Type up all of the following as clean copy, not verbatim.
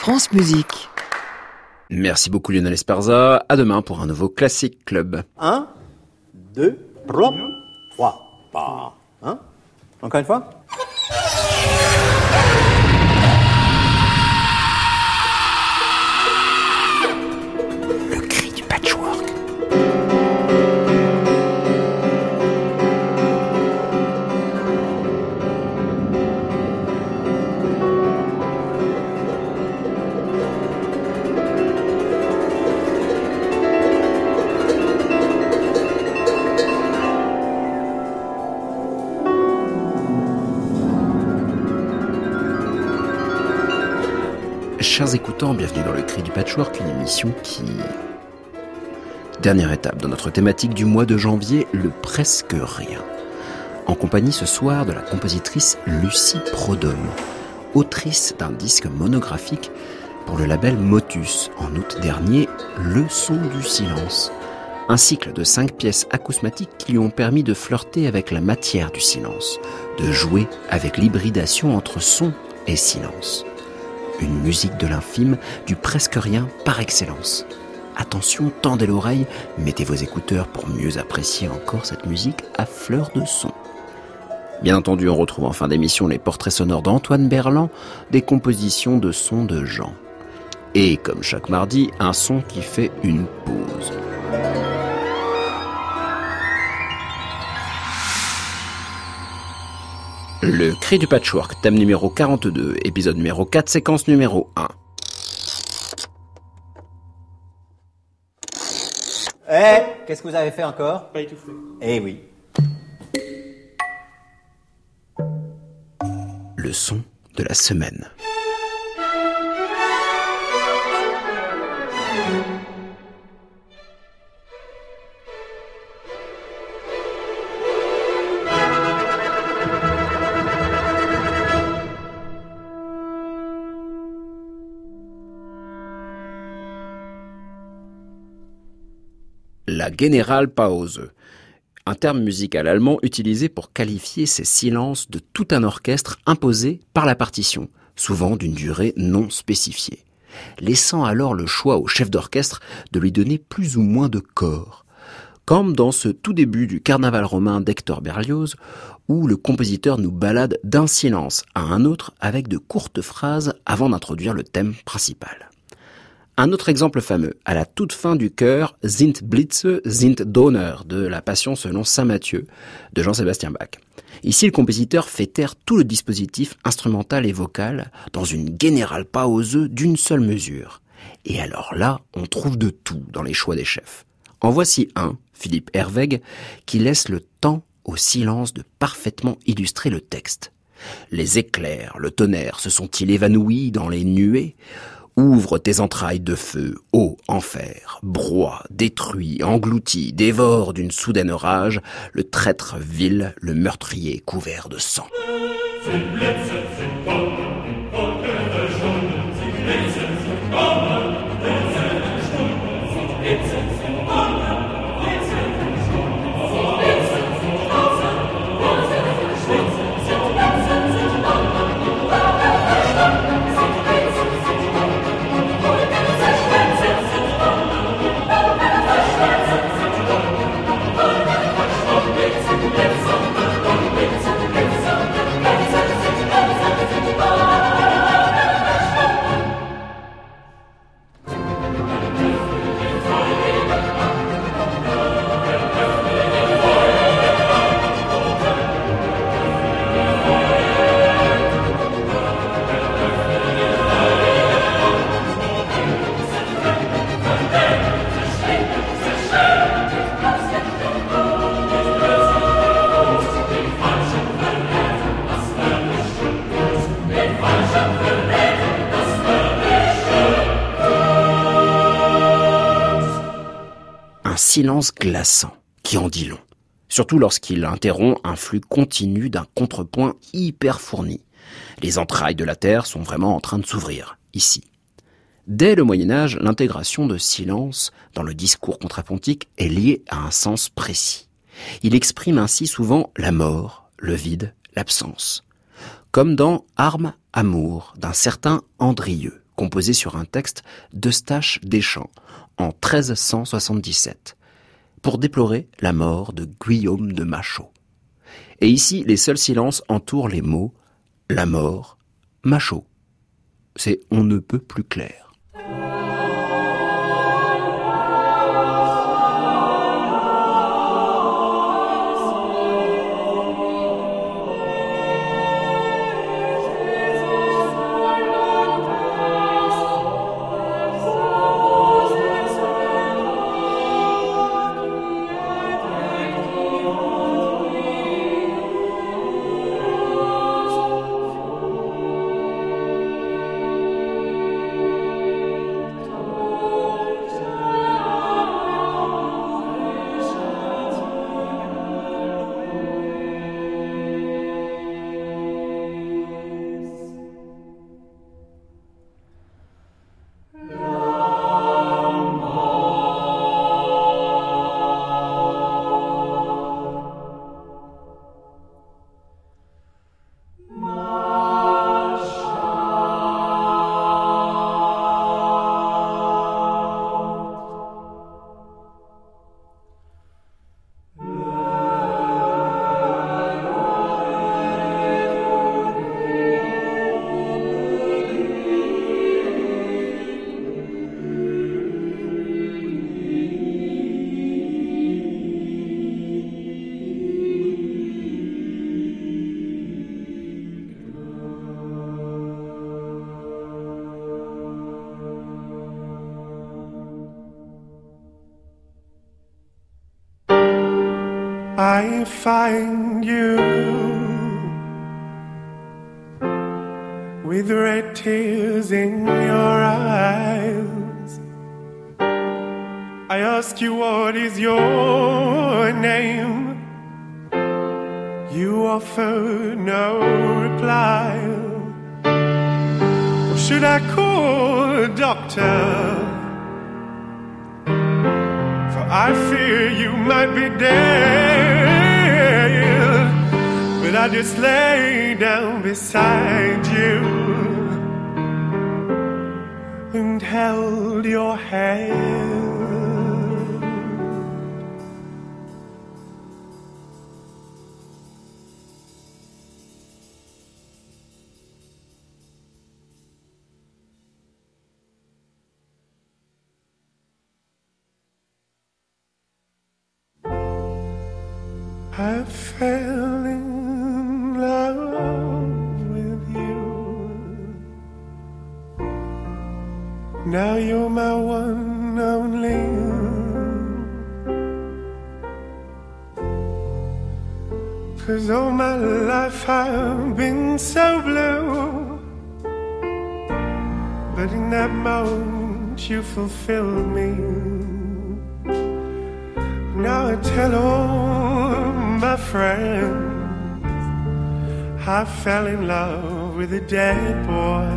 France Musique. Merci beaucoup Lionel Esparza, à demain pour un nouveau Classic Club. 1, 2, 3, pas. Hein? Encore une fois? Le cri du patchwork. Chers écoutants, bienvenue dans le Cri du Patchwork, une émission qui... Dernière étape dans notre thématique du mois de janvier, le presque rien. En compagnie ce soir de la compositrice Lucie Prodhomme, autrice d'un disque monographique pour le label Motus, en août dernier, Le son du silence. Un cycle de 5 pièces acousmatiques qui lui ont permis de flirter avec la matière du silence, de jouer avec l'hybridation entre son et silence. Une musique de l'infime, du presque rien par excellence. Attention, tendez l'oreille, mettez vos écouteurs pour mieux apprécier encore cette musique à fleur de son. Bien entendu, on retrouve en fin d'émission les portraits sonores d'Antoine Berland, des compositions de sons de Jean. Et comme chaque mardi, un son qui fait une pause. Le Cri du Patchwork, thème numéro 42, épisode numéro 4, séquence numéro 1. Qu'est-ce que vous avez fait encore? Pas étouffé. Eh oui. Le son de la semaine. La Generalpause, un terme musical allemand utilisé pour qualifier ces silences de tout un orchestre imposé par la partition, souvent d'une durée non spécifiée, laissant alors le choix au chef d'orchestre de lui donner plus ou moins de corps, comme dans ce tout début du carnaval romain d'Hector Berlioz, où le compositeur nous balade d'un silence à un autre avec de courtes phrases avant d'introduire le thème principal. Un autre exemple fameux, à la toute fin du chœur Sind Blitze, sind Donner de la Passion selon saint Matthieu de Jean-Sébastien Bach. Ici, le compositeur fait taire tout le dispositif instrumental et vocal dans une Generalpause d'une seule mesure. Et alors là, on trouve de tout dans les choix des chefs. En voici un, Philippe Herwegh, qui laisse le temps au silence de parfaitement illustrer le texte. Les éclairs, le tonnerre se sont-ils évanouis dans les nuées ? Ouvre tes entrailles de feu, ô enfer, broie, détruit, englouti, dévore d'une soudaine rage, le traître vil, le meurtrier couvert de sang. Silence glaçant, qui en dit long. Surtout lorsqu'il interrompt un flux continu d'un contrepoint hyper fourni. Les entrailles de la terre sont vraiment en train de s'ouvrir, ici. Dès le Moyen-Âge, l'intégration de silence dans le discours contrapuntique est liée à un sens précis. Il exprime ainsi souvent la mort, le vide, l'absence. Comme dans Armes, amour d'un certain Andrieux, composé sur un texte d'Eustache Deschamps en 1377, pour déplorer la mort de Guillaume de Machaut. Et ici, les seuls silences entourent les mots « la mort »,« Machaut ». C'est on ne peut plus clair. I find you with red tears in your eyes. I ask you, what is your name? You offer no reply. Or should I call a doctor? I fear you might be dead, but I just lay down beside you and held your hand. I fell in love with you. Now you're my one only. 'Cause all my life I've been so blue, but in that moment you fulfilled me. Now I tell all my friends I fell in love with a dead boy.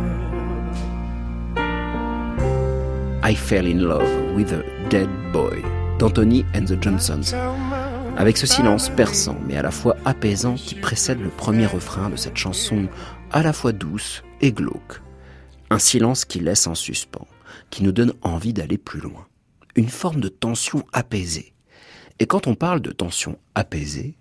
I Fell in Love with a Dead Boy d'Anthony and the Johnsons. Avec ce silence perçant mais à la fois apaisant qui précède le premier refrain de cette chanson à la fois douce et glauque. Un silence qui laisse en suspens, qui nous donne envie d'aller plus loin. Une forme de tension apaisée. Et quand on parle de tension apaisée,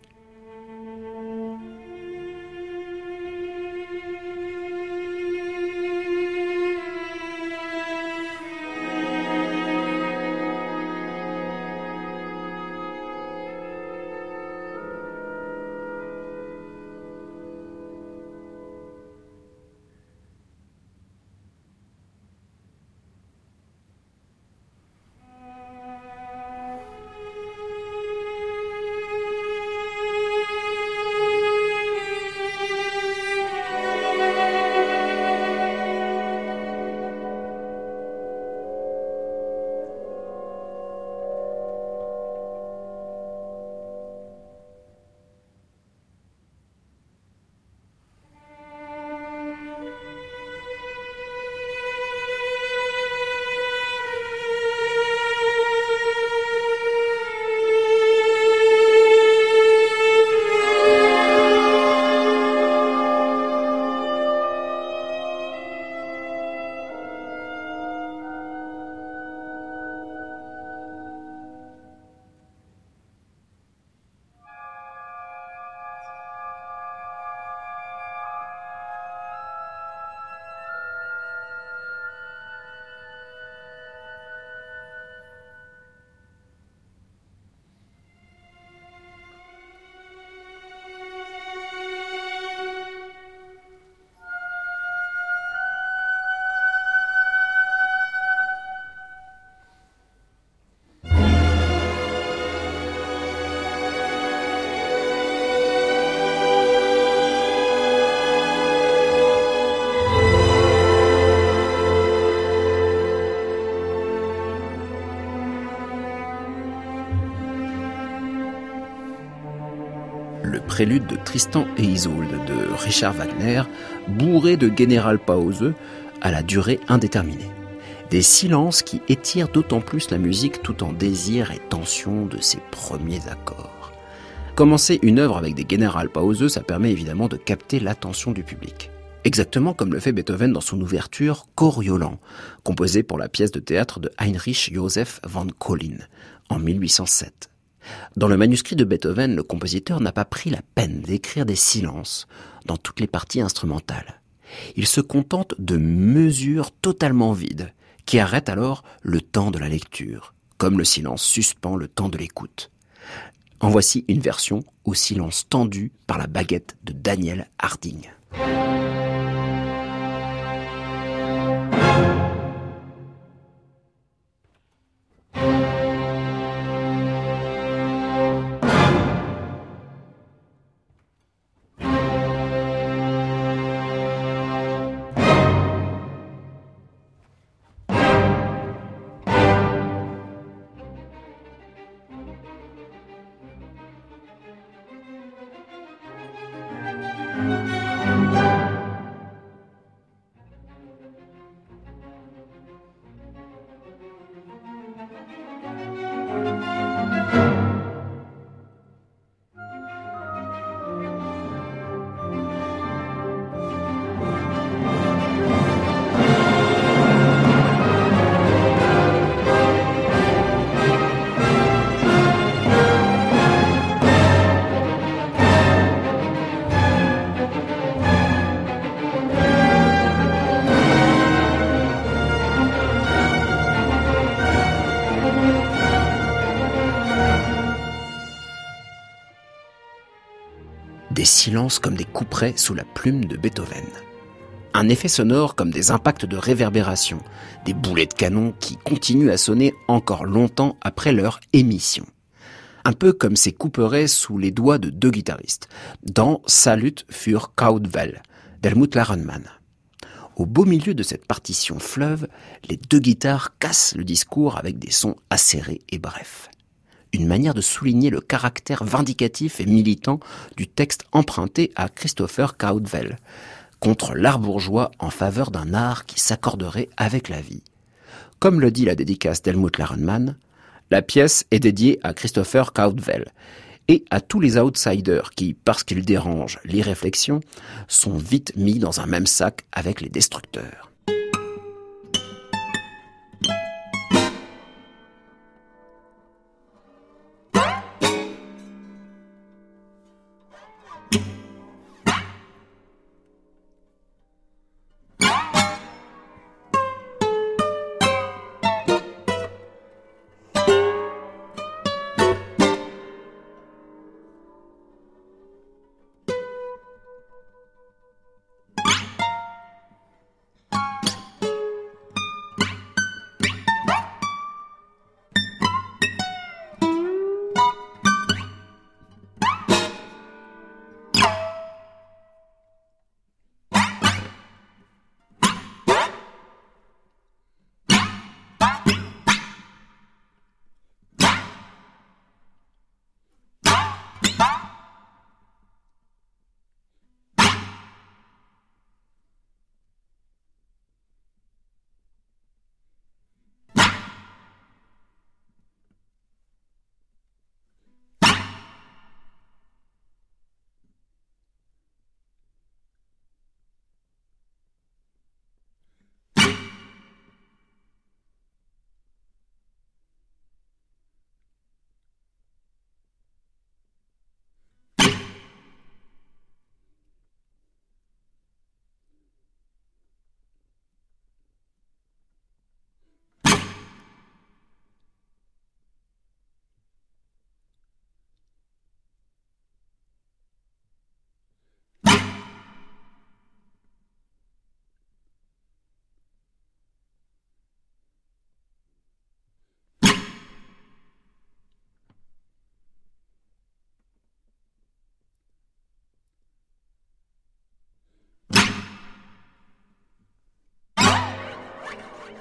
prélude de Tristan et Isolde de Richard Wagner, bourré de Generalpause à la durée indéterminée. Des silences qui étirent d'autant plus la musique tout en désir et tension de ses premiers accords. Commencer une œuvre avec des Generalpause, ça permet évidemment de capter l'attention du public. Exactement comme le fait Beethoven dans son ouverture Coriolan, composée pour la pièce de théâtre de Heinrich Joseph von Collin en 1807. Dans le manuscrit de Beethoven, le compositeur n'a pas pris la peine d'écrire des silences dans toutes les parties instrumentales. Il se contente de mesures totalement vides, qui arrêtent alors le temps de la lecture, comme le silence suspend le temps de l'écoute. En voici une version au silence tendu par la baguette de Daniel Harding. Des silences comme des couperets sous la plume de Beethoven. Un effet sonore comme des impacts de réverbération, des boulets de canon qui continuent à sonner encore longtemps après leur émission. Un peu comme ces couperets sous les doigts de deux guitaristes, dans Salut für Caudevel, d'Helmut Larenmann. Au beau milieu de cette partition fleuve, les deux guitares cassent le discours avec des sons acérés et brefs. Une manière de souligner le caractère vindicatif et militant du texte emprunté à Christopher Caudevel, contre l'art bourgeois en faveur d'un art qui s'accorderait avec la vie. Comme le dit la dédicace d'Helmut Larenmann, la pièce est dédiée à Christopher Caudevel et à tous les outsiders qui, parce qu'ils dérangent l'irréflexion, sont vite mis dans un même sac avec les destructeurs.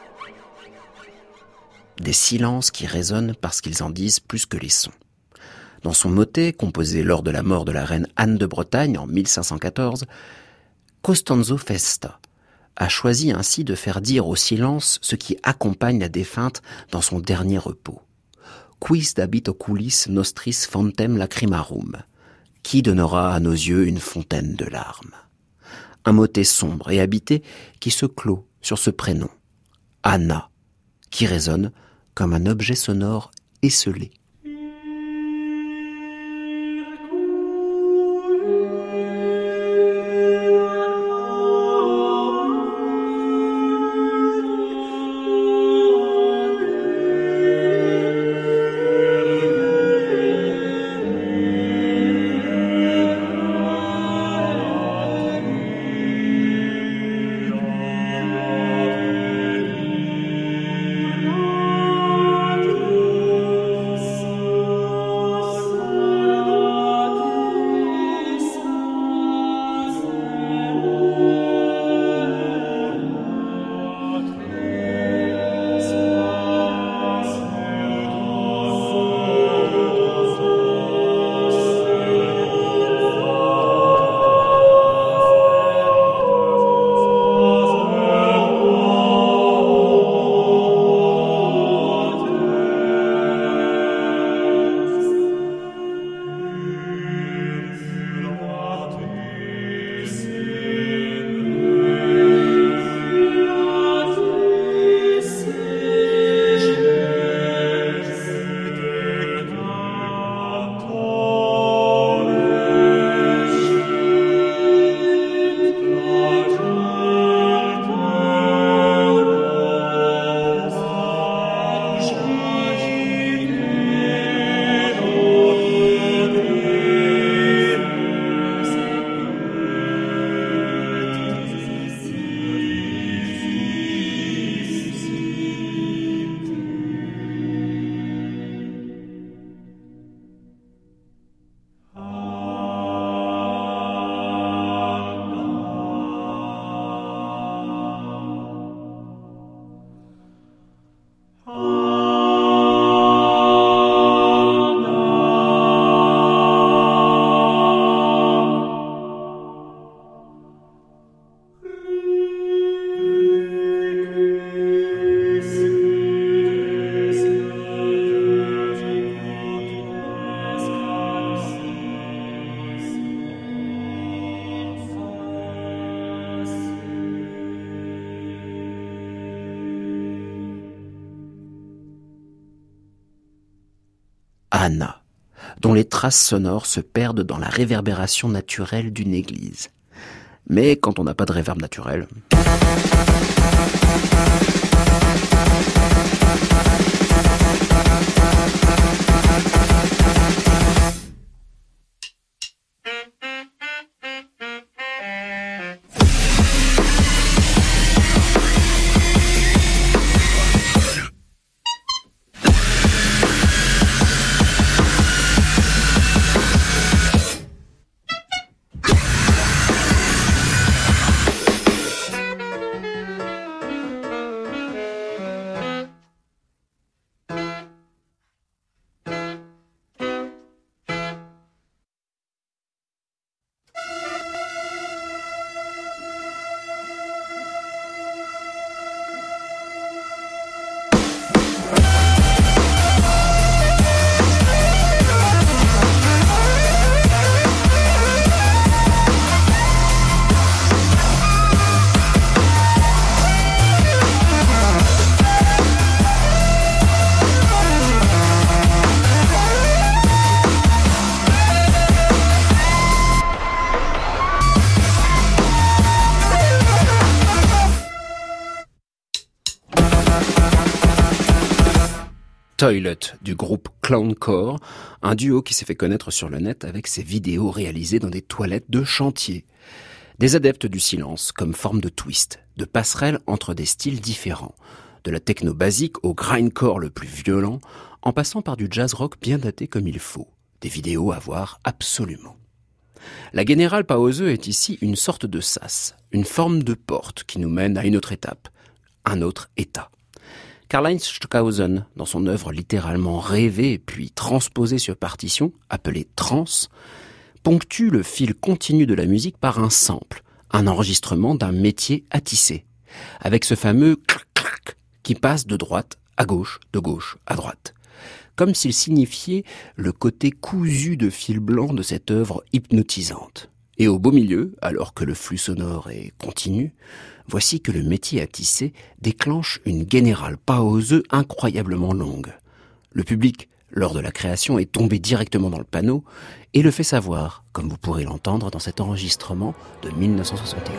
Des silences qui résonnent parce qu'ils en disent plus que les sons. Dans son motet, composé lors de la mort de la reine Anne de Bretagne en 1514, Costanzo Festa a choisi ainsi de faire dire au silence ce qui accompagne la défunte dans son dernier repos. Quis dabit oculis nostris fontem lacrimarum. Qui donnera à nos yeux une fontaine de larmes? Un motet sombre et habité qui se clôt sur ce prénom, Anna, qui résonne comme un objet sonore esselé. Anna, dont les traces sonores se perdent dans la réverbération naturelle d'une église. Mais quand on n'a pas de réverb naturel... Toilet du groupe Clowncore, un duo qui s'est fait connaître sur le net avec ses vidéos réalisées dans des toilettes de chantier. Des adeptes du silence comme forme de twist, de passerelle entre des styles différents, de la techno basique au grindcore le plus violent, en passant par du jazz rock bien daté comme il faut. Des vidéos à voir absolument. La General Pause est ici une sorte de sas, une forme de porte qui nous mène à une autre étape, un autre état. Karlheinz Stockhausen, dans son œuvre littéralement rêvée puis transposée sur partition, appelée trance, ponctue le fil continu de la musique par un sample, un enregistrement d'un métier à tisser, avec ce fameux clac-clac qui passe de droite à gauche à droite, comme s'il signifiait le côté cousu de fil blanc de cette œuvre hypnotisante. Et au beau milieu, alors que le flux sonore est continu, voici que le métier à tisser déclenche une General Pause incroyablement longue. Le public, lors de la création, est tombé directement dans le panneau et le fait savoir, comme vous pourrez l'entendre dans cet enregistrement de 1971.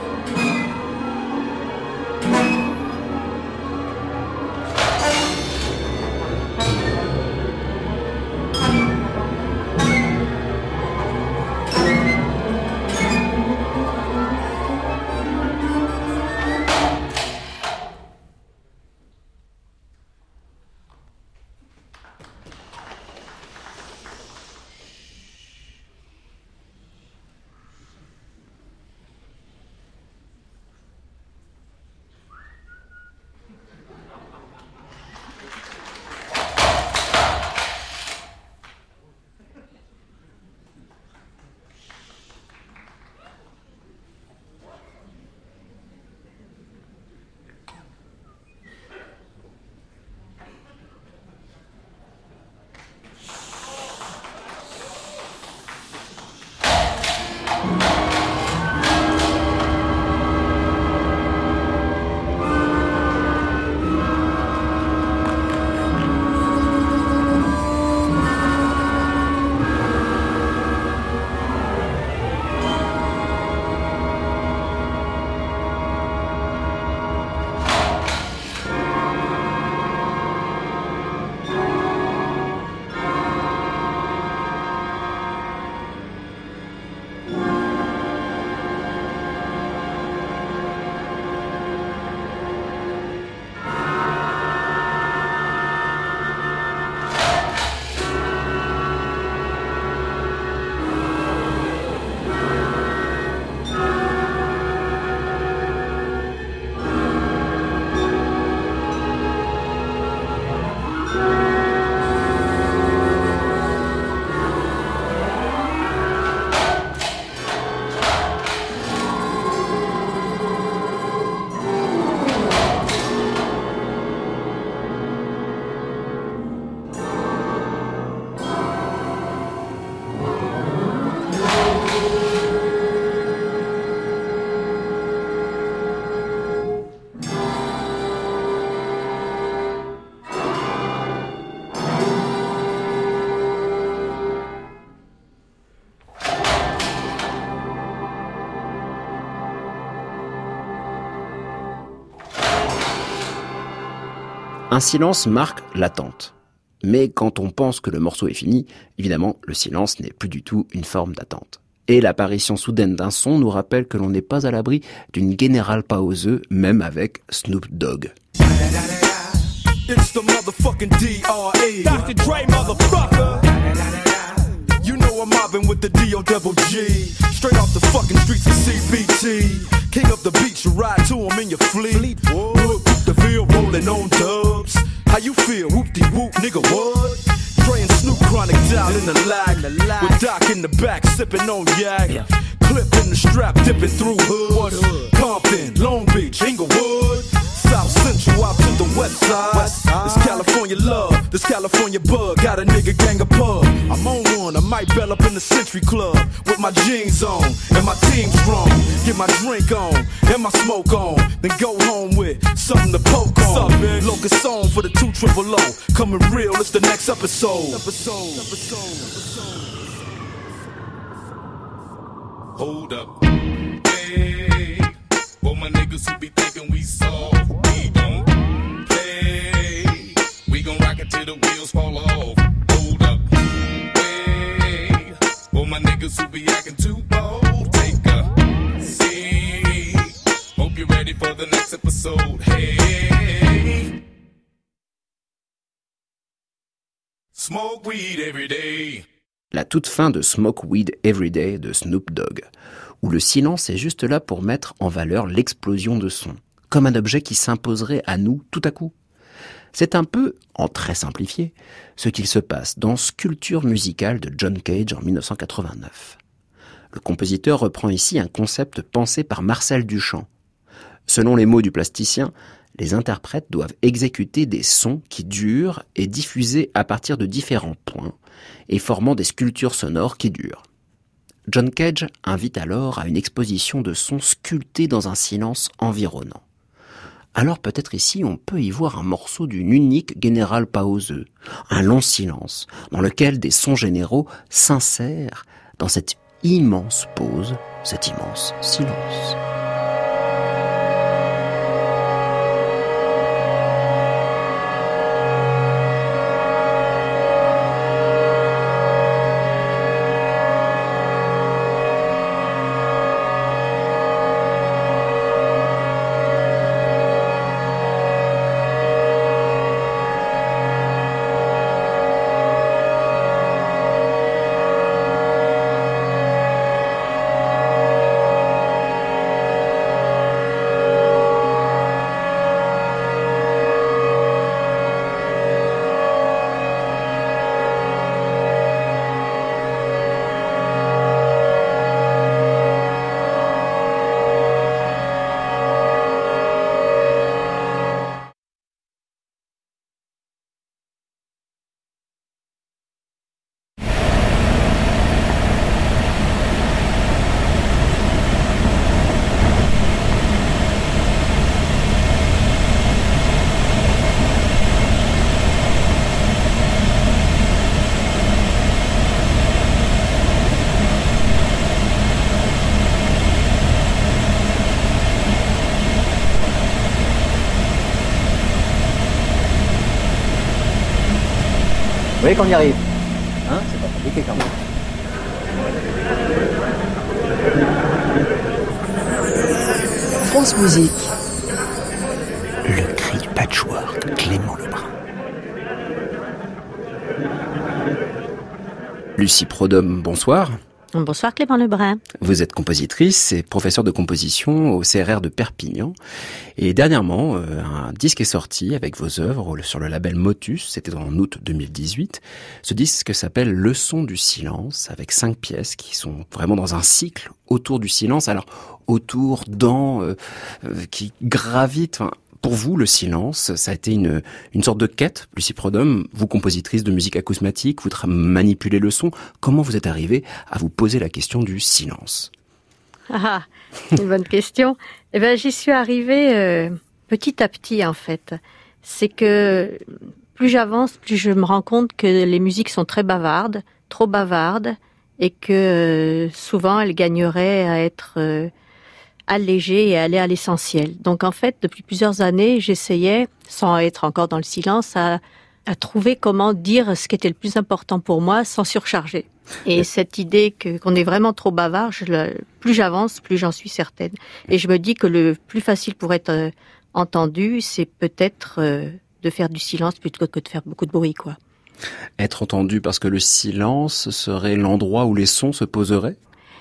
Un silence marque l'attente. Mais quand on pense que le morceau est fini, évidemment, le silence n'est plus du tout une forme d'attente. Et l'apparition soudaine d'un son nous rappelle que l'on n'est pas à l'abri d'une General Pause, même avec Snoop Dogg. It's the motherfucking D.R.E. Dr. Dre, motherfucker. You know I'm mobbing with the D.O.G. Straight off the fucking streets of CBT. King up the beach, you ride to him in your fleet. Whoop, the field rolling on dubs. How you feel? Whoop-de-whoop, nigga, what? Dre and Snoop Chronic down in the lag. With Doc in the back, sipping on yak. Clip in the strap, dipping through hood. Compton, Long Beach, Inglewood. South Central out to the west side. This California love, this California bug. Got a nigga gang of pub. I'm on one, I might bell up in the Century Club. With my jeans on, and my team strong. Get my drink on, and my smoke on. Then go home with something to poke on. Locust on for the 200. Coming real, it's the next episode. Hold up. Hey, for my niggas who be thinking we soft, we don't play. We gon' rock it till the wheels fall off. Hold up. Hey, for my niggas who be acting too bold, take a seat. Hope you're ready for the next episode. Hey, smoke weed every day. La toute fin de Smoke Weed Everyday de Snoop Dogg, où le silence est juste là pour mettre en valeur l'explosion de son, comme un objet qui s'imposerait à nous tout à coup. C'est un peu, en très simplifié, ce qu'il se passe dans Sculpture musicale de John Cage en 1989. Le compositeur reprend ici un concept pensé par Marcel Duchamp. Selon les mots du plasticien, les interprètes doivent exécuter des sons qui durent et diffusés à partir de différents points et formant des sculptures sonores qui durent. John Cage invite alors à une exposition de sons sculptés dans un silence environnant. Alors peut-être ici on peut y voir un morceau d'une unique General Pause, un long silence dans lequel des sons généraux s'insèrent dans cette immense pause, cet immense silence. Vous voyez qu'on y arrive. Hein, c'est pas compliqué quand même. France Musique. Le cri patchwork Clément Lebrun. Lucie Prodhomme, bonsoir. Bonsoir Clément Lebrun. Vous êtes compositrice et professeure de composition au CRR de Perpignan. Et dernièrement, un disque est sorti avec vos œuvres sur le label Motus, c'était en août 2018. Ce disque s'appelle Leçon du silence, avec 5 pièces qui sont vraiment dans un cycle autour du silence. Alors, autour, qui gravitent... Pour vous, le silence, ça a été une sorte de quête, Lucie Prodhomme, vous compositrice de musique acousmatique, vous manipulez le son. Comment vous êtes arrivée à vous poser la question du silence ? Ah, une bonne question. Eh ben, j'y suis arrivée petit à petit, en fait. C'est que plus j'avance, plus je me rends compte que les musiques sont très bavardes, trop bavardes, et que souvent elles gagneraient à être allégées et aller à l'essentiel. Donc en fait, depuis plusieurs années, j'essayais, sans être encore dans le silence, à trouver comment dire ce qui était le plus important pour moi sans surcharger. Et cette idée qu'on est vraiment trop bavard, plus j'avance, plus j'en suis certaine. Et je me dis que le plus facile pour être entendu, c'est peut-être de faire du silence plutôt que de faire beaucoup de bruit, quoi. Être entendu parce que le silence serait l'endroit où les sons se poseraient ?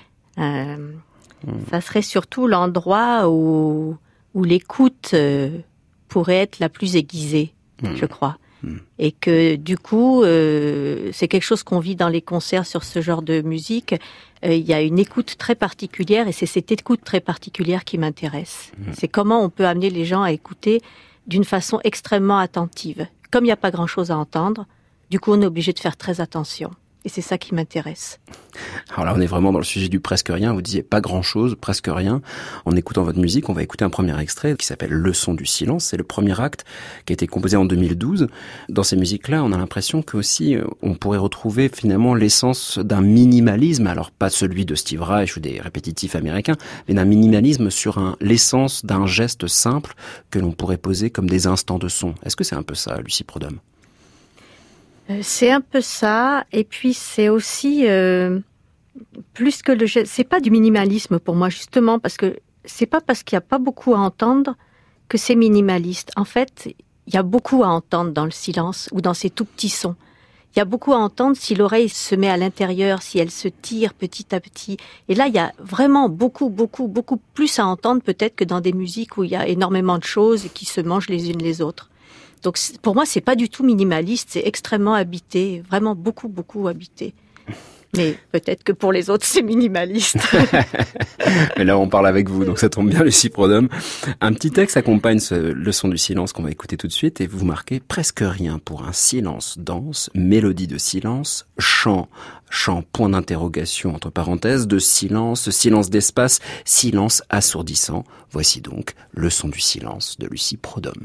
Ça serait surtout l'endroit où l'écoute pourrait être la plus aiguisée, je crois. Et que du coup, c'est quelque chose qu'on vit dans les concerts sur ce genre de musique. Il y a une écoute très particulière et c'est cette écoute très particulière qui m'intéresse. C'est comment on peut amener les gens à écouter d'une façon extrêmement attentive. Comme il n'y a pas grand-chose à entendre, du coup, on est obligé de faire très attention. Et c'est ça qui m'intéresse. Alors là, on est vraiment dans le sujet du presque rien. Vous disiez pas grand-chose, presque rien. En écoutant votre musique, on va écouter un premier extrait qui s'appelle Leçon du silence. C'est le premier acte qui a été composé en 2012. Dans ces musiques-là, on a l'impression qu'aussi, on pourrait retrouver finalement l'essence d'un minimalisme. Alors pas celui de Steve Reich ou des répétitifs américains, mais d'un minimalisme sur l'essence d'un geste simple que l'on pourrait poser comme des instants de son. Est-ce que c'est un peu ça, Lucie Prodhomme ? C'est un peu ça, et puis c'est aussi plus que le geste. C'est pas du minimalisme pour moi justement, parce que c'est pas parce qu'il y a pas beaucoup à entendre que c'est minimaliste. En fait, il y a beaucoup à entendre dans le silence ou dans ces tout petits sons. Il y a beaucoup à entendre si l'oreille se met à l'intérieur, si elle se tire petit à petit. Et là, il y a vraiment beaucoup plus à entendre peut-être que dans des musiques où il y a énormément de choses qui se mangent les unes les autres. Donc pour moi, c'est pas du tout minimaliste, c'est extrêmement habité, vraiment beaucoup, beaucoup habité. Mais peut-être que pour les autres, c'est minimaliste. Mais là, on parle avec vous, donc ça tombe bien, Lucie Prodhomme. Un petit texte accompagne ce leçon du silence qu'on va écouter tout de suite, et vous marquez presque rien pour un silence dense, mélodie de silence, chant point d'interrogation entre parenthèses, de silence, silence d'espace, silence assourdissant. Voici donc leçon du silence de Lucie Prodhomme.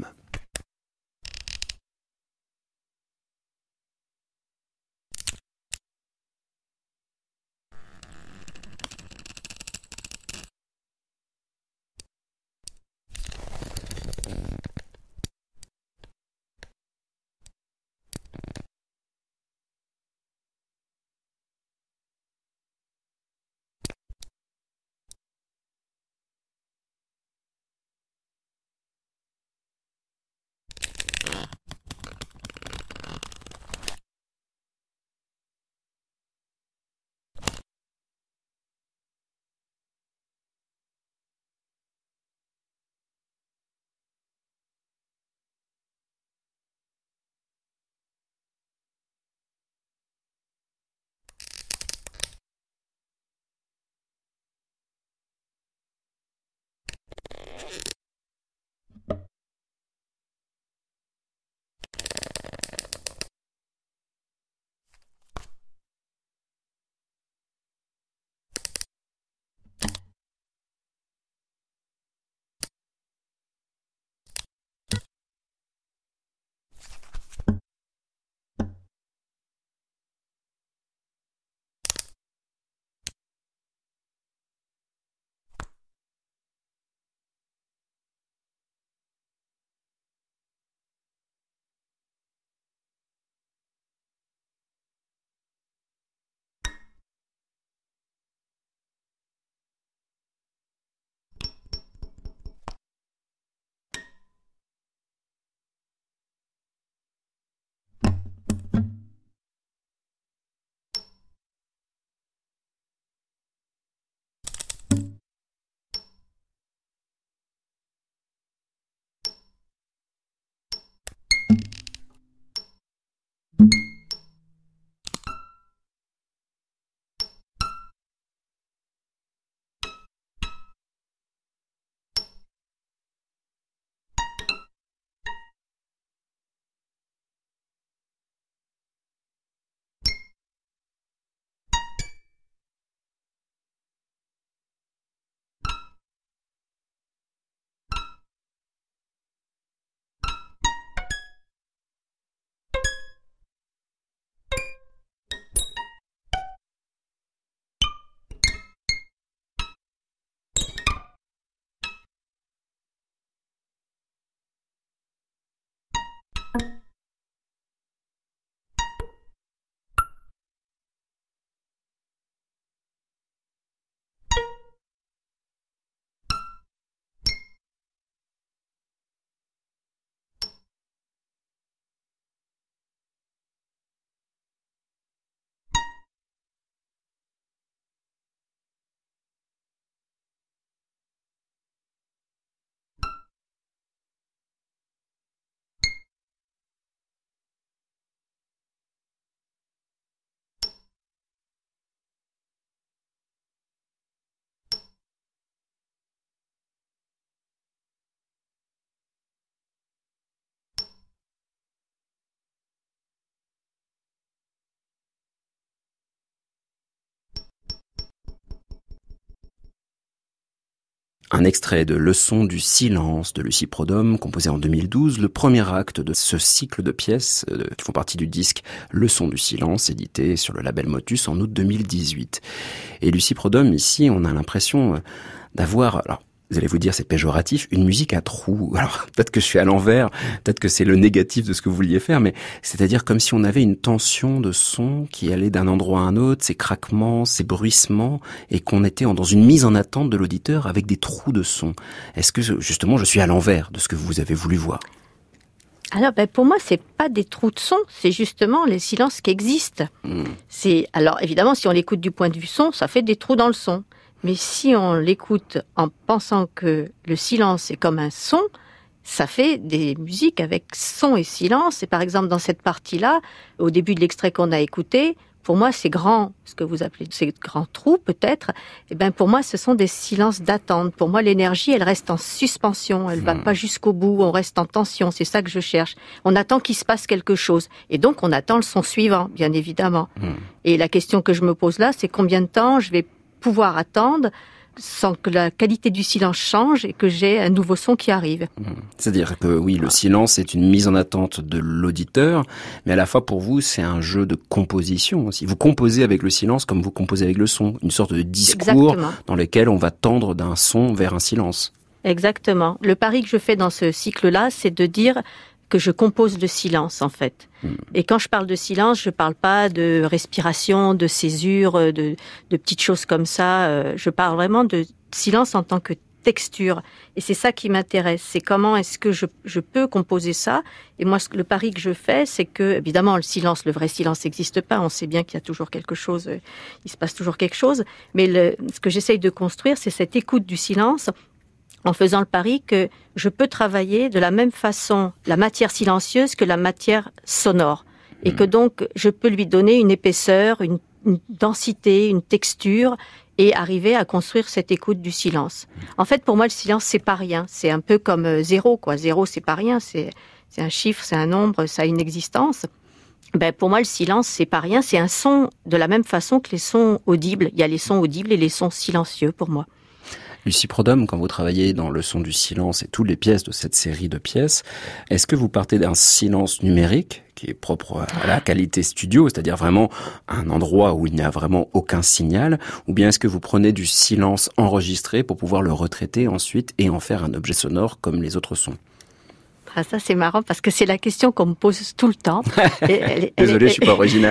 Un extrait de Leçon du silence de Lucie Prodhomme, composé en 2012, le premier acte de ce cycle de pièces qui font partie du disque Leçon du silence, édité sur le label Motus en août 2018. Et Lucie Prodhomme, ici, on a l'impression d'avoir... Alors, vous allez vous dire, c'est péjoratif, une musique à trous. Alors, peut-être que je suis à l'envers, peut-être que c'est le négatif de ce que vous vouliez faire, mais c'est-à-dire comme si on avait une tension de son qui allait d'un endroit à un autre, ces craquements, ces bruissements, et qu'on était dans une mise en attente de l'auditeur avec des trous de son. Est-ce que, justement, je suis à l'envers de ce que vous avez voulu voir ? Alors, pour moi, c'est pas des trous de son, c'est justement les silences qui existent. Alors, évidemment, si on l'écoute du point de vue son, ça fait des trous dans le son. Mais si on l'écoute en pensant que le silence est comme un son, ça fait des musiques avec son et silence. Et par exemple, dans cette partie-là, au début de l'extrait qu'on a écouté, pour moi, ces grands, ce que vous appelez ces grands trous peut-être, eh ben pour moi, ce sont des silences d'attente. Pour moi, l'énergie, elle reste en suspension. Elle va pas jusqu'au bout. On reste en tension. C'est ça que je cherche. On attend qu'il se passe quelque chose. Et donc, on attend le son suivant, bien évidemment. Et la question que je me pose là, c'est combien de temps je vais pouvoir attendre sans que la qualité du silence change et que j'ai un nouveau son qui arrive. C'est-à-dire que oui, le silence est une mise en attente de l'auditeur, mais à la fois pour vous, c'est un jeu de composition aussi. Vous composez avec le silence comme vous composez avec le son, une sorte de discours Exactement. dans lequel on va tendre d'un son vers un silence. Exactement. Le pari que je fais dans ce cycle-là, c'est de dire que je compose le silence, en fait. Et quand je parle de silence, je parle pas de respiration, de césure, de petites choses comme ça. Je parle vraiment de silence en tant que texture. Et c'est ça qui m'intéresse. C'est comment est-ce que je peux composer ça. Et moi, le pari que je fais, c'est que, évidemment, le silence, le vrai silence n'existe pas. On sait bien qu'il y a toujours quelque chose, il se passe toujours quelque chose. Mais ce que j'essaye de construire, c'est cette écoute du silence, en faisant le pari que je peux travailler de la même façon la matière silencieuse que la matière sonore. Et que donc, je peux lui donner une épaisseur, une densité, une texture, et arriver à construire cette écoute du silence. En fait, pour moi, le silence, c'est pas rien. C'est un peu comme zéro, quoi. Zéro, c'est pas rien. C'est un chiffre, c'est un nombre, ça a une existence. Ben, pour moi, le silence, c'est pas rien. C'est un son de la même façon que les sons audibles. Il y a les sons audibles et les sons silencieux, pour moi. Lucie Prodhomme, quand vous travaillez dans le son du silence et toutes les pièces de cette série de pièces, est-ce que vous partez d'un silence numérique qui est propre à la qualité studio, c'est-à-dire vraiment un endroit où il n'y a vraiment aucun signal, ou bien est-ce que vous prenez du silence enregistré pour pouvoir le retraiter ensuite et en faire un objet sonore comme les autres sons? Ah, ça, c'est marrant parce que c'est la question qu'on me pose tout le temps. Désolé, je suis pas original.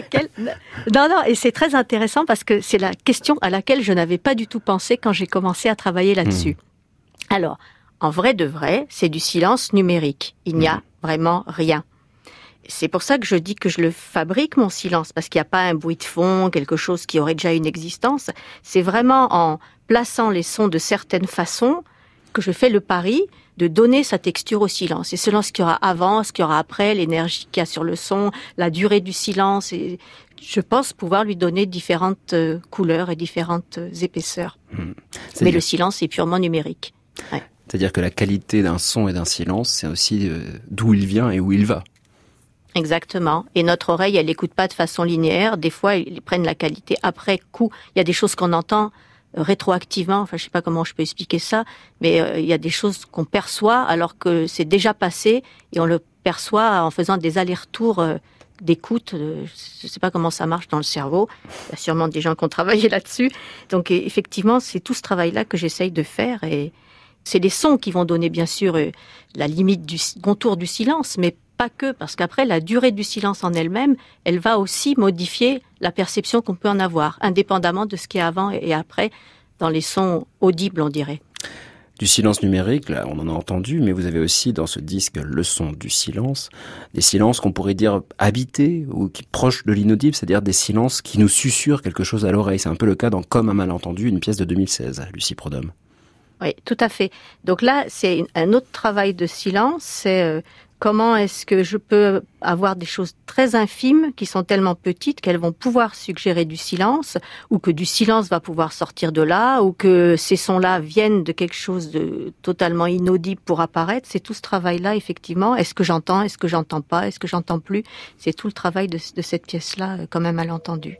Non, et c'est très intéressant parce que c'est la question à laquelle je n'avais pas du tout pensé quand j'ai commencé à travailler là-dessus. Alors, en vrai de vrai, c'est du silence numérique. Il n'y a vraiment rien. C'est pour ça que je dis que je le fabrique, mon silence, parce qu'il n'y a pas un bruit de fond, quelque chose qui aurait déjà une existence. C'est vraiment en plaçant les sons de certaines façons que je fais le pari de donner sa texture au silence. Et selon ce qu'il y aura avant, ce qu'il y aura après, l'énergie qu'il y a sur le son, la durée du silence, et je pense pouvoir lui donner différentes couleurs et différentes épaisseurs. Mais le silence est purement numérique. Ouais. C'est-à-dire que la qualité d'un son et d'un silence, c'est aussi d'où il vient et où il va. Exactement. Et notre oreille, elle n'écoute pas de façon linéaire. Des fois, ils prennent la qualité après coup. Il y a des choses qu'on entend rétroactivement, enfin je sais pas comment je peux expliquer ça, mais il y a des choses qu'on perçoit alors que c'est déjà passé et on le perçoit en faisant des allers-retours d'écoute. Je sais pas comment ça marche dans le cerveau. Il y a sûrement des gens qui ont travaillé là-dessus. Donc effectivement, c'est tout ce travail-là que j'essaye de faire et c'est les sons qui vont donner bien sûr la limite du contour du silence, mais pas que, parce qu'après, la durée du silence en elle-même, elle va aussi modifier la perception qu'on peut en avoir, indépendamment de ce qui est avant et après, dans les sons audibles, on dirait. Du silence numérique, là, on en a entendu, mais vous avez aussi dans ce disque le son du silence, des silences qu'on pourrait dire habités ou qui proches de l'inaudible, c'est-à-dire des silences qui nous susurrent quelque chose à l'oreille. C'est un peu le cas dans Comme un malentendu, une pièce de 2016, Lucie Prodhomme. Oui, tout à fait. Donc là, c'est un autre travail de silence, c'est comment est-ce que je peux avoir des choses très infimes qui sont tellement petites qu'elles vont pouvoir suggérer du silence, ou que du silence va pouvoir sortir de là, ou que ces sons-là viennent de quelque chose de totalement inaudible pour apparaître. C'est tout ce travail-là, effectivement. Est-ce que j'entends? Est-ce que j'entends pas? Est-ce que j'entends plus? C'est tout le travail de cette pièce-là, quand même malentendu.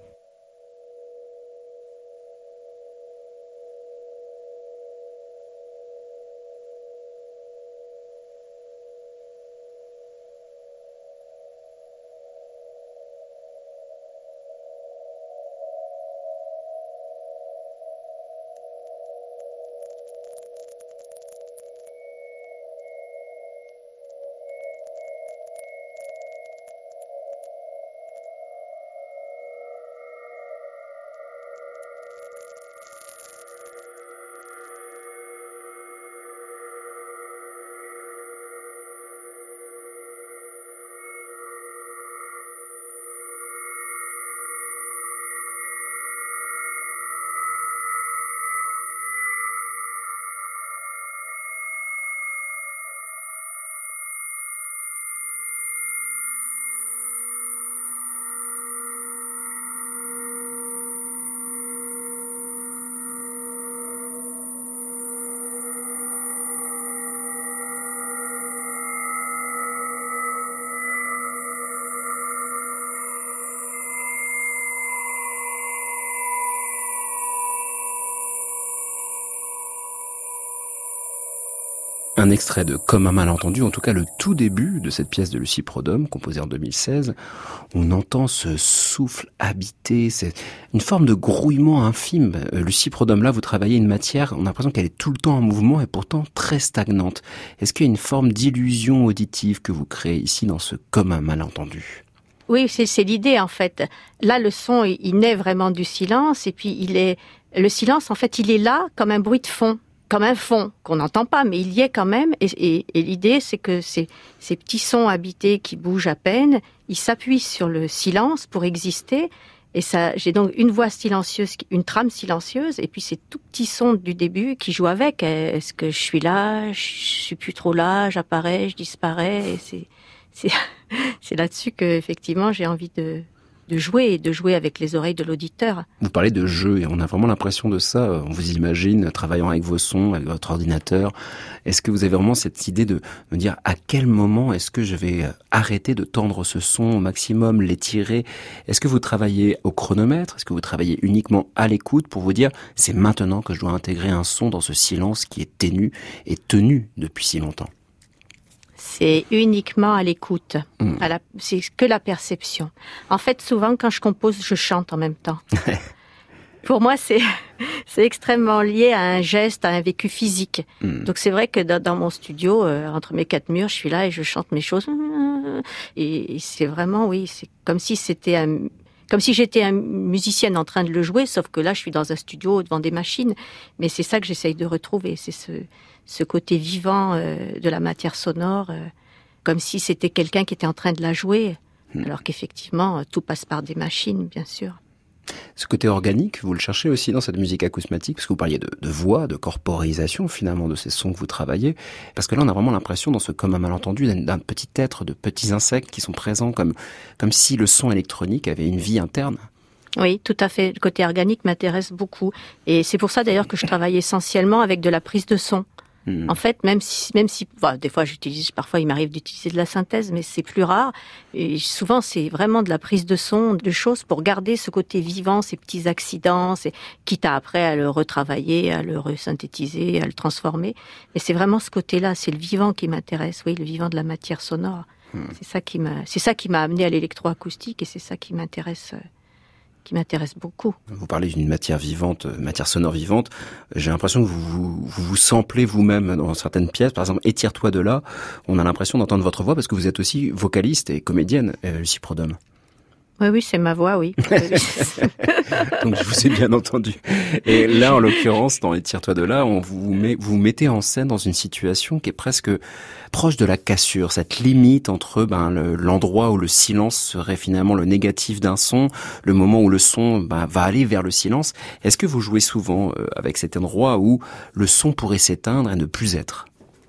Un extrait de Comme un malentendu, en tout cas le tout début de cette pièce de Lucie Prodhomme, composée en 2016. On entend ce souffle habité, c'est une forme de grouillement infime. Lucie Prodhomme, là, vous travaillez une matière, on a l'impression qu'elle est tout le temps en mouvement et pourtant très stagnante. Est-ce qu'il y a une forme d'illusion auditive que vous créez ici dans ce Comme un malentendu ? Oui, c'est l'idée en fait. Là, le son, il naît vraiment du silence et puis le silence, en fait, il est là comme un bruit de fond. Comme un fond qu'on n'entend pas, mais il y est quand même. Et l'idée, c'est que ces petits sons habités qui bougent à peine, ils s'appuient sur le silence pour exister. Et ça, j'ai donc une voix silencieuse, une trame silencieuse, et puis ces tout petits sons du début qui jouent avec. Est-ce que je suis là? Je suis plus trop là? J'apparais? Je disparais? Et c'est là-dessus que effectivement j'ai envie de jouer avec les oreilles de l'auditeur. Vous parlez de jeu et on a vraiment l'impression de ça. On vous imagine travaillant avec vos sons, avec votre ordinateur. Est-ce que vous avez vraiment cette idée de me dire à quel moment est-ce que je vais arrêter de tendre ce son au maximum, l'étirer? Est-ce que vous travaillez au chronomètre? Est-ce que vous travaillez uniquement à l'écoute pour vous dire c'est maintenant que je dois intégrer un son dans ce silence qui est ténu et tenu depuis si longtemps? C'est uniquement à l'écoute. C'est que la perception. En fait, souvent, quand je compose, je chante en même temps. Pour moi, c'est extrêmement lié à un geste, à un vécu physique. Donc, c'est vrai que dans mon studio, entre mes quatre murs, je suis là et je chante mes choses. Et c'est vraiment, oui, c'est comme si j'étais une musicienne en train de le jouer, sauf que là, je suis dans un studio devant des machines. Mais c'est ça que j'essaye de retrouver. C'est ce côté vivant de la matière sonore, comme si c'était quelqu'un qui était en train de la jouer, alors qu'effectivement, tout passe par des machines, bien sûr. Ce côté organique, vous le cherchez aussi dans cette musique acousmatique, parce que vous parliez de voix, de corporisation finalement de ces sons que vous travaillez, parce que là on a vraiment l'impression dans ce Comme un malentendu d'un petit être, de petits insectes qui sont présents comme si le son électronique avait une vie interne. Oui, tout à fait. Le côté organique m'intéresse beaucoup. Et c'est pour ça d'ailleurs que je travaille essentiellement avec de la prise de son. En fait, même si des fois parfois il m'arrive d'utiliser de la synthèse, mais c'est plus rare. Et souvent, c'est vraiment de la prise de son, de choses pour garder ce côté vivant, ces petits accidents, quitte à après à le retravailler, à le resynthétiser, à le transformer. Mais c'est vraiment ce côté-là, c'est le vivant qui m'intéresse. Oui, le vivant de la matière sonore. C'est ça qui m'a amené à l'électroacoustique et c'est ça qui m'intéresse beaucoup. Vous parlez d'une matière vivante, matière sonore vivante. J'ai l'impression que vous samplez vous-même dans certaines pièces. Par exemple, Étire-toi de là. On a l'impression d'entendre votre voix parce que vous êtes aussi vocaliste et comédienne, Lucie Prodhomme. Oui, c'est ma voix, oui. Donc je vous ai bien entendu. Et là, en l'occurrence, dans Étire-toi de là, vous mettez en scène dans une situation qui est presque proche de la cassure, cette limite entre l'endroit où le silence serait finalement le négatif d'un son, le moment où le son va aller vers le silence. Est-ce que vous jouez souvent avec cet endroit où le son pourrait s'éteindre et ne plus être?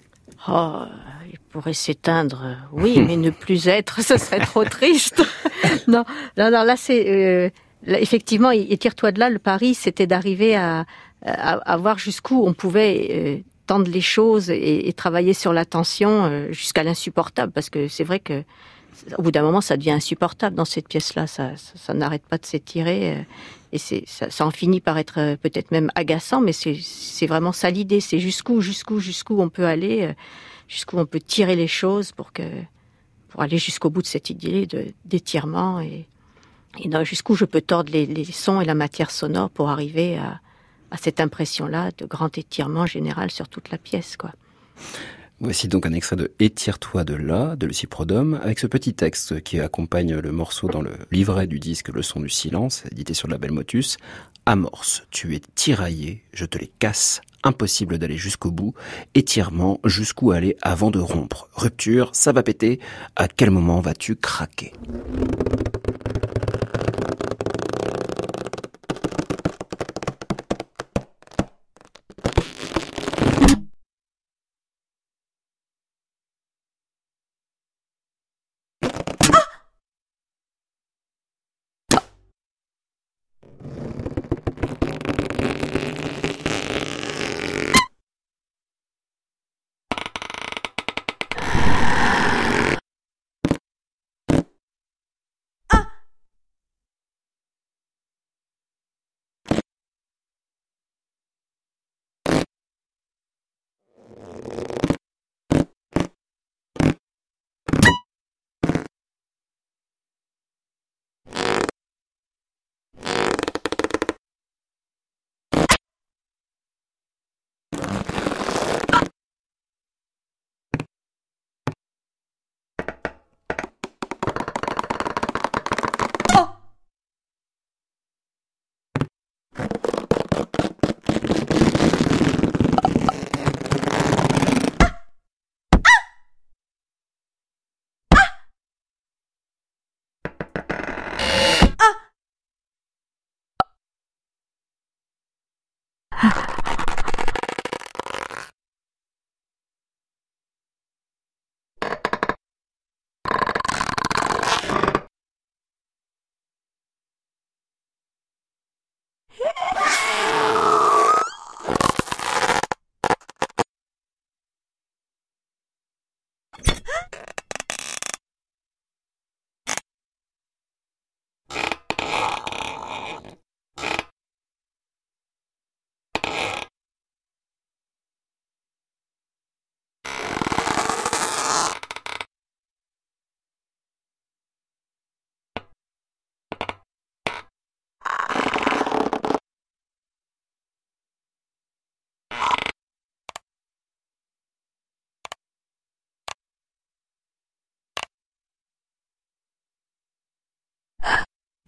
Il pourrait s'éteindre, oui, mais ne plus être, ce serait trop triste. Non, là c'est effectivement, Étire-toi de là, le pari, c'était d'arriver à voir jusqu'où on pouvait tendre les choses et travailler sur la tension jusqu'à l'insupportable, parce que c'est vrai que au bout d'un moment, ça devient insupportable dans cette pièce-là, ça n'arrête pas de s'étirer. Et ça en finit par être peut-être même agaçant, mais c'est vraiment ça l'idée, c'est jusqu'où on peut aller, jusqu'où on peut tirer les choses pour aller jusqu'au bout de cette idée d'étirement et jusqu'où je peux tordre les sons et la matière sonore pour arriver à cette impression-là de grand étirement général sur toute la pièce, quoi. Voici donc un extrait de Étire-toi de là, de Lucie Prodhomme, avec ce petit texte qui accompagne le morceau dans le livret du disque Le son du silence, édité sur le label Motus. Amorce, tu es tiraillé, je te les casse, impossible d'aller jusqu'au bout, étirement, jusqu'où aller avant de rompre. Rupture, ça va péter, à quel moment vas-tu craquer ?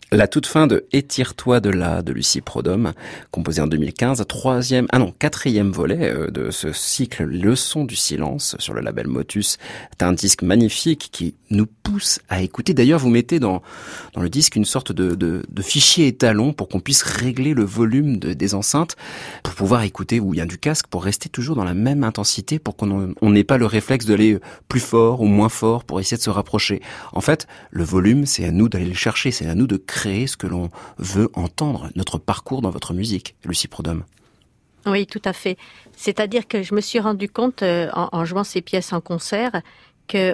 La toute fin de Étire-toi de là de Lucie Prodhomme, composée en 2015, quatrième volet de ce cycle Leçons du silence sur le label Motus. C'est un disque magnifique qui nous pousse à écouter. D'ailleurs, vous mettez dans le disque une sorte de fichier étalon pour qu'on puisse régler le volume des enceintes pour pouvoir écouter, ou bien du casque, pour rester toujours dans la même intensité, pour qu'on n'ait pas le réflexe d'aller plus fort ou moins fort pour essayer de se rapprocher. En fait, le volume, c'est à nous d'aller le chercher, c'est à nous de créer ce que l'on veut entendre, notre parcours dans votre musique, Lucie Prodhomme. Oui, tout à fait. C'est-à-dire que je me suis rendu compte, en jouant ces pièces en concert, que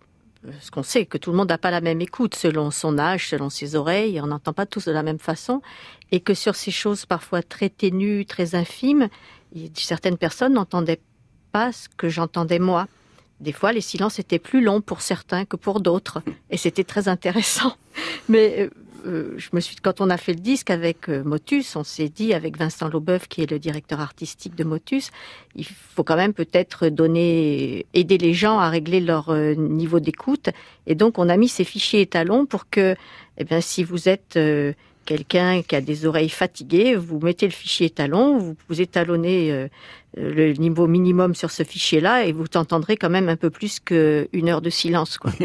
ce qu'on sait, que tout le monde n'a pas la même écoute selon son âge, selon ses oreilles, on n'entend pas tous de la même façon, et que sur ces choses parfois très ténues, très infimes, certaines personnes n'entendaient pas ce que j'entendais moi. Des fois, les silences étaient plus longs pour certains que pour d'autres, et c'était très intéressant. Mais quand on a fait le disque avec Motus, on s'est dit, avec Vincent Laubeuf, qui est le directeur artistique de Motus, il faut quand même peut-être aider les gens à régler leur niveau d'écoute. Et donc, on a mis ces fichiers étalons pour que, si vous êtes quelqu'un qui a des oreilles fatiguées, vous mettez le fichier étalon, vous étalonnez le niveau minimum sur ce fichier-là et vous entendrez quand même un peu plus qu'une heure de silence, quoi.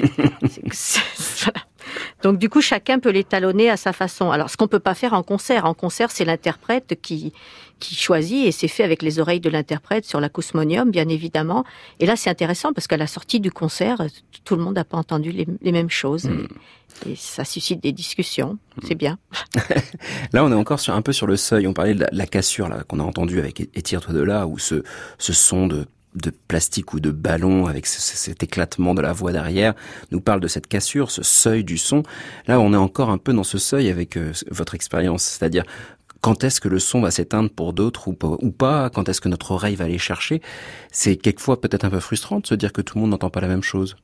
Voilà. Donc du coup, chacun peut l'étalonner à sa façon. Alors, ce qu'on peut pas faire en concert. En concert, c'est l'interprète qui choisit, et c'est fait avec les oreilles de l'interprète sur l'acousmonium, bien évidemment. Et là, c'est intéressant parce qu'à la sortie du concert, tout le monde n'a pas entendu les mêmes choses. Et ça suscite des discussions. C'est bien. Là, on est encore un peu sur le seuil. On parlait de la cassure là qu'on a entendue avec Étire-toi de là, ou ce son de plastique ou de ballon avec cet éclatement de la voix derrière nous parle de cette cassure, ce seuil du son. Là, on est encore un peu dans ce seuil avec votre expérience, c'est-à-dire quand est-ce que le son va s'éteindre pour d'autres ou pas, quand est-ce que notre oreille va aller chercher. C'est quelquefois peut-être un peu frustrant de se dire que tout le monde n'entend pas la même chose.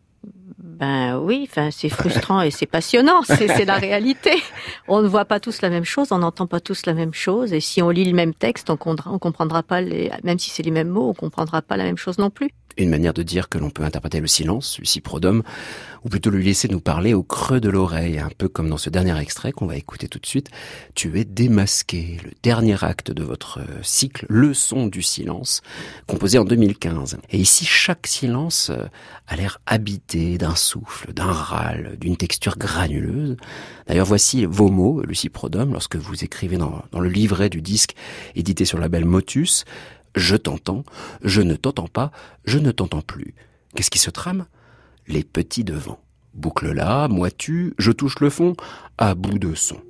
Ben oui, c'est frustrant et c'est passionnant, c'est la réalité. On ne voit pas tous la même chose, on n'entend pas tous la même chose, et si on lit le même texte, on comprendra pas même si c'est les mêmes mots, on comprendra pas la même chose non plus. Une manière de dire que l'on peut interpréter le silence, Lucie Prodhomme, ou plutôt lui laisser nous parler au creux de l'oreille, un peu comme dans ce dernier extrait qu'on va écouter tout de suite. Tu es démasqué, le dernier acte de votre cycle Leçons du silence, composé en 2015. Et ici, chaque silence a l'air habité d'un souffle, d'un râle, d'une texture granuleuse. D'ailleurs, voici vos mots, Lucie Prodhomme, lorsque vous écrivez dans le livret du disque édité sur le label Motus: je t'entends, je ne t'entends pas, je ne t'entends plus. Qu'est-ce qui se trame ? Les petits devants. Boucle là, moi tu, je touche le fond, à bout de son.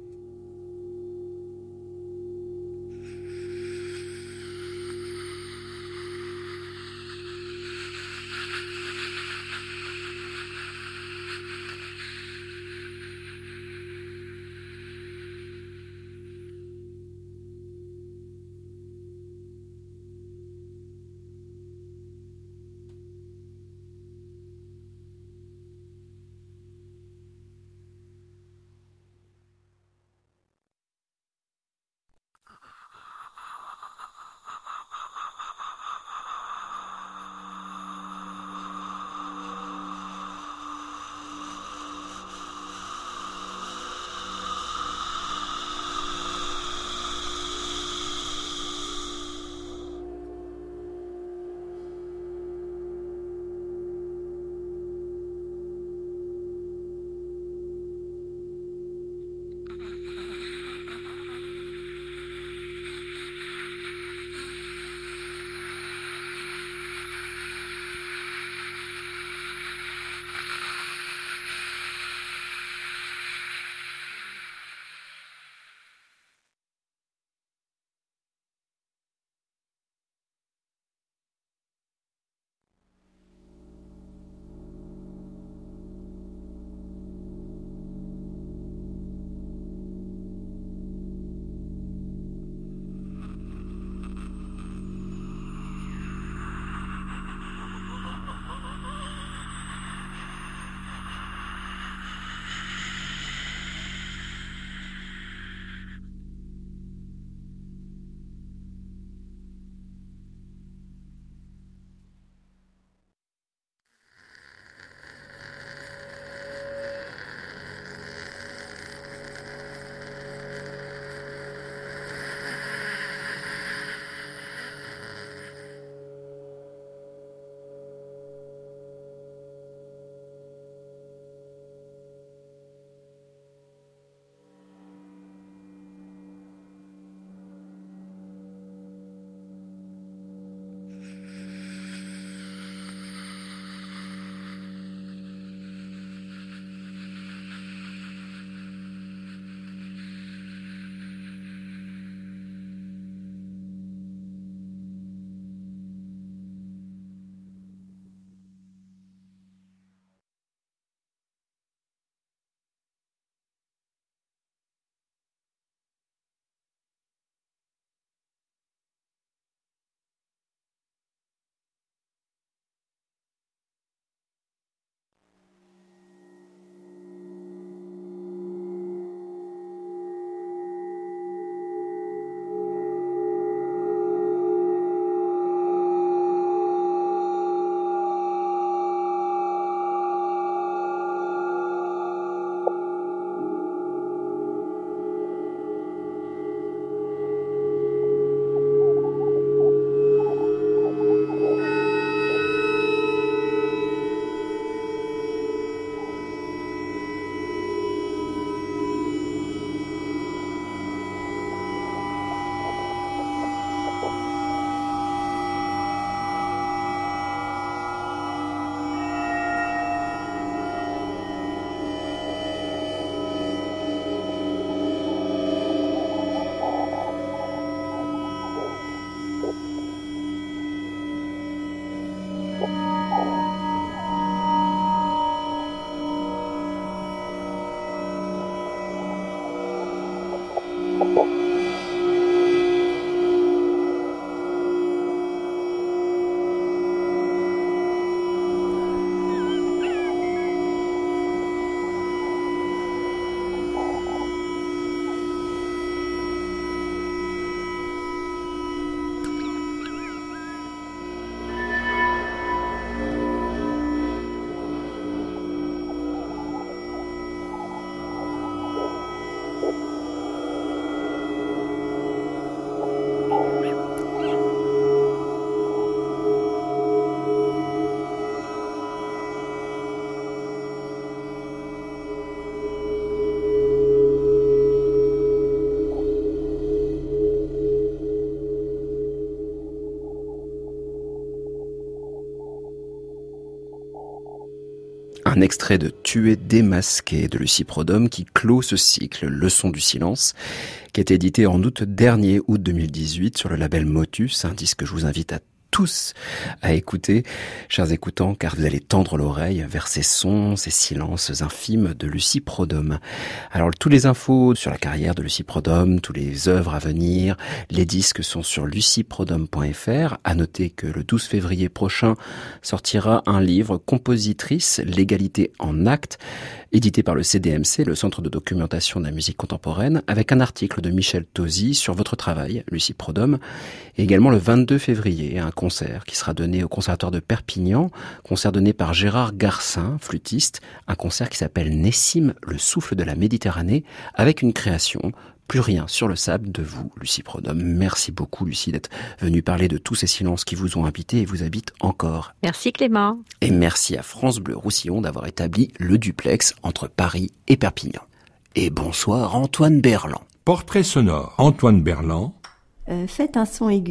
Un extrait de Tuer démasqué de Lucie Prodhomme qui clôt ce cycle Leçon du silence, qui est édité en août 2018 sur le label Motus, un disque que je vous invite à tous à écouter, chers écoutants, car vous allez tendre l'oreille vers ces sons, ces silences infimes de Lucie Prodhomme. Alors, tous les infos sur la carrière de Lucie Prodhomme, tous les œuvres à venir, les disques sont sur lucieprodhomme.fr. À noter que le 12 février prochain sortira un livre Compositrice, l'égalité en actes, édité par le CDMC, le Centre de documentation de la musique contemporaine, avec un article de Michel Tosi sur votre travail, Lucie Prodhomme, et également le 22 février, un concert qui sera donné au Conservatoire de Perpignan, concert donné par Gérard Garcin, flûtiste, un concert qui s'appelle Nessim, le souffle de la Méditerranée, avec une création Plus rien sur le sable de vous, Lucie Prodhomme. Merci beaucoup, Lucie, d'être venue parler de tous ces silences qui vous ont habité et vous habitent encore. Merci Clément. Et merci à France Bleu Roussillon d'avoir établi le duplex entre Paris et Perpignan. Et bonsoir Antoine Berland. Portrait sonore, Antoine Berland. Faites un son aigu.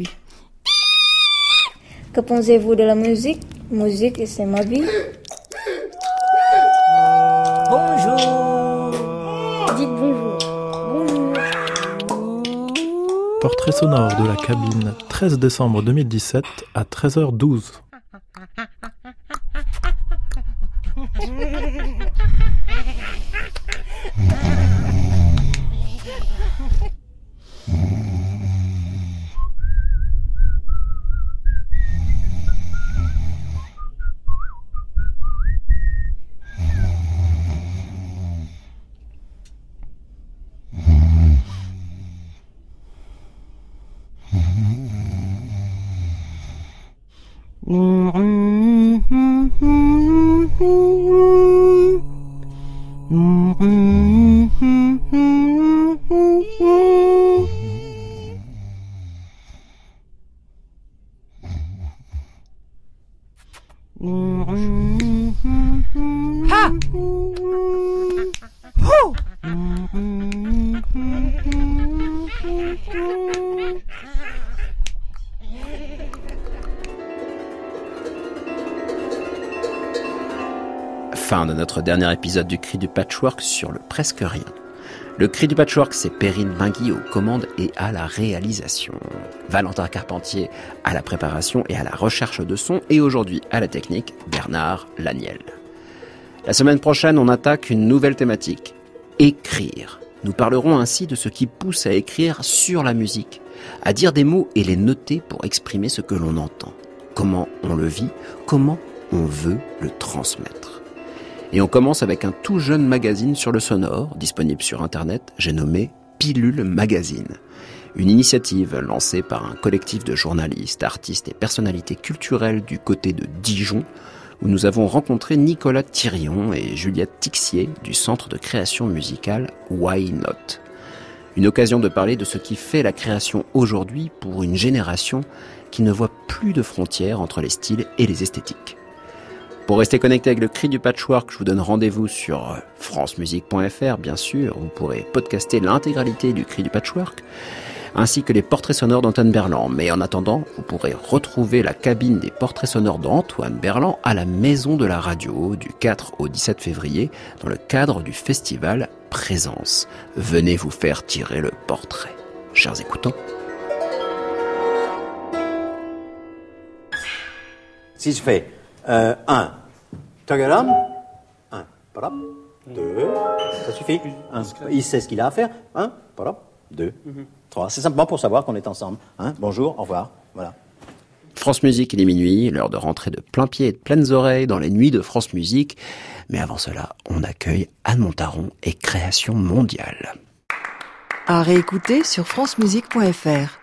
Que pensez-vous de la musique? Musique, c'est ma vie. Bonjour. Dites bonjour. Portrait sonore de la cabine, 13 décembre 2017 à 13h12. Fin de notre dernier épisode du Cri du Patchwork sur le presque rien. Le Cri du Patchwork, c'est Perrine Bingui aux commandes et à la réalisation. Valentin Carpentier à la préparation et à la recherche de son. Et aujourd'hui, à la technique, Bernard Laniel. La semaine prochaine, on attaque une nouvelle thématique. Écrire. Nous parlerons ainsi de ce qui pousse à écrire sur la musique, à dire des mots et les noter pour exprimer ce que l'on entend. Comment on le vit, comment on veut le transmettre. Et on commence avec un tout jeune magazine sur le sonore, disponible sur Internet, j'ai nommé Pilule Magazine. Une initiative lancée par un collectif de journalistes, artistes et personnalités culturelles du côté de Dijon, où nous avons rencontré Nicolas Thirion et Juliette Tixier du centre de création musicale Why Not. Une occasion de parler de ce qui fait la création aujourd'hui pour une génération qui ne voit plus de frontières entre les styles et les esthétiques. Pour rester connecté avec le Cri du Patchwork, je vous donne rendez-vous sur francemusique.fr, bien sûr. Vous pourrez podcaster l'intégralité du Cri du Patchwork, ainsi que les portraits sonores d'Antoine Berland. Mais en attendant, vous pourrez retrouver la cabine des portraits sonores d'Antoine Berland à la Maison de la Radio du 4 au 17 février, dans le cadre du festival Présence. Venez vous faire tirer le portrait. Chers écoutants. Si je fais 1, tagalam, 1, voilà, 2, ça suffit. Il sait ce qu'il a à faire. 1, voilà, 2, 3. C'est simplement pour savoir qu'on est ensemble. Bonjour, au revoir, voilà. France Musique, il est minuit, l'heure de rentrer de plein pied et de pleines oreilles dans les nuits de France Musique. Mais avant cela, on accueille Anne Montaron et Création Mondiale. À réécouter sur francemusique.fr.